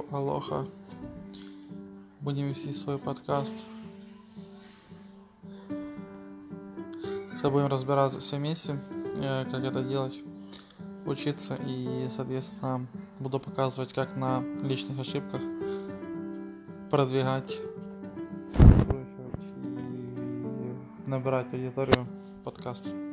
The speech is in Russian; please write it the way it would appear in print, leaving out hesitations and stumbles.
Алоха. Будем вести свой подкаст. Сейчас будем разбираться все вместе, как это делать, учиться, и, соответственно, буду показывать, как на личных ошибках продвигать и набирать аудиторию подкаста.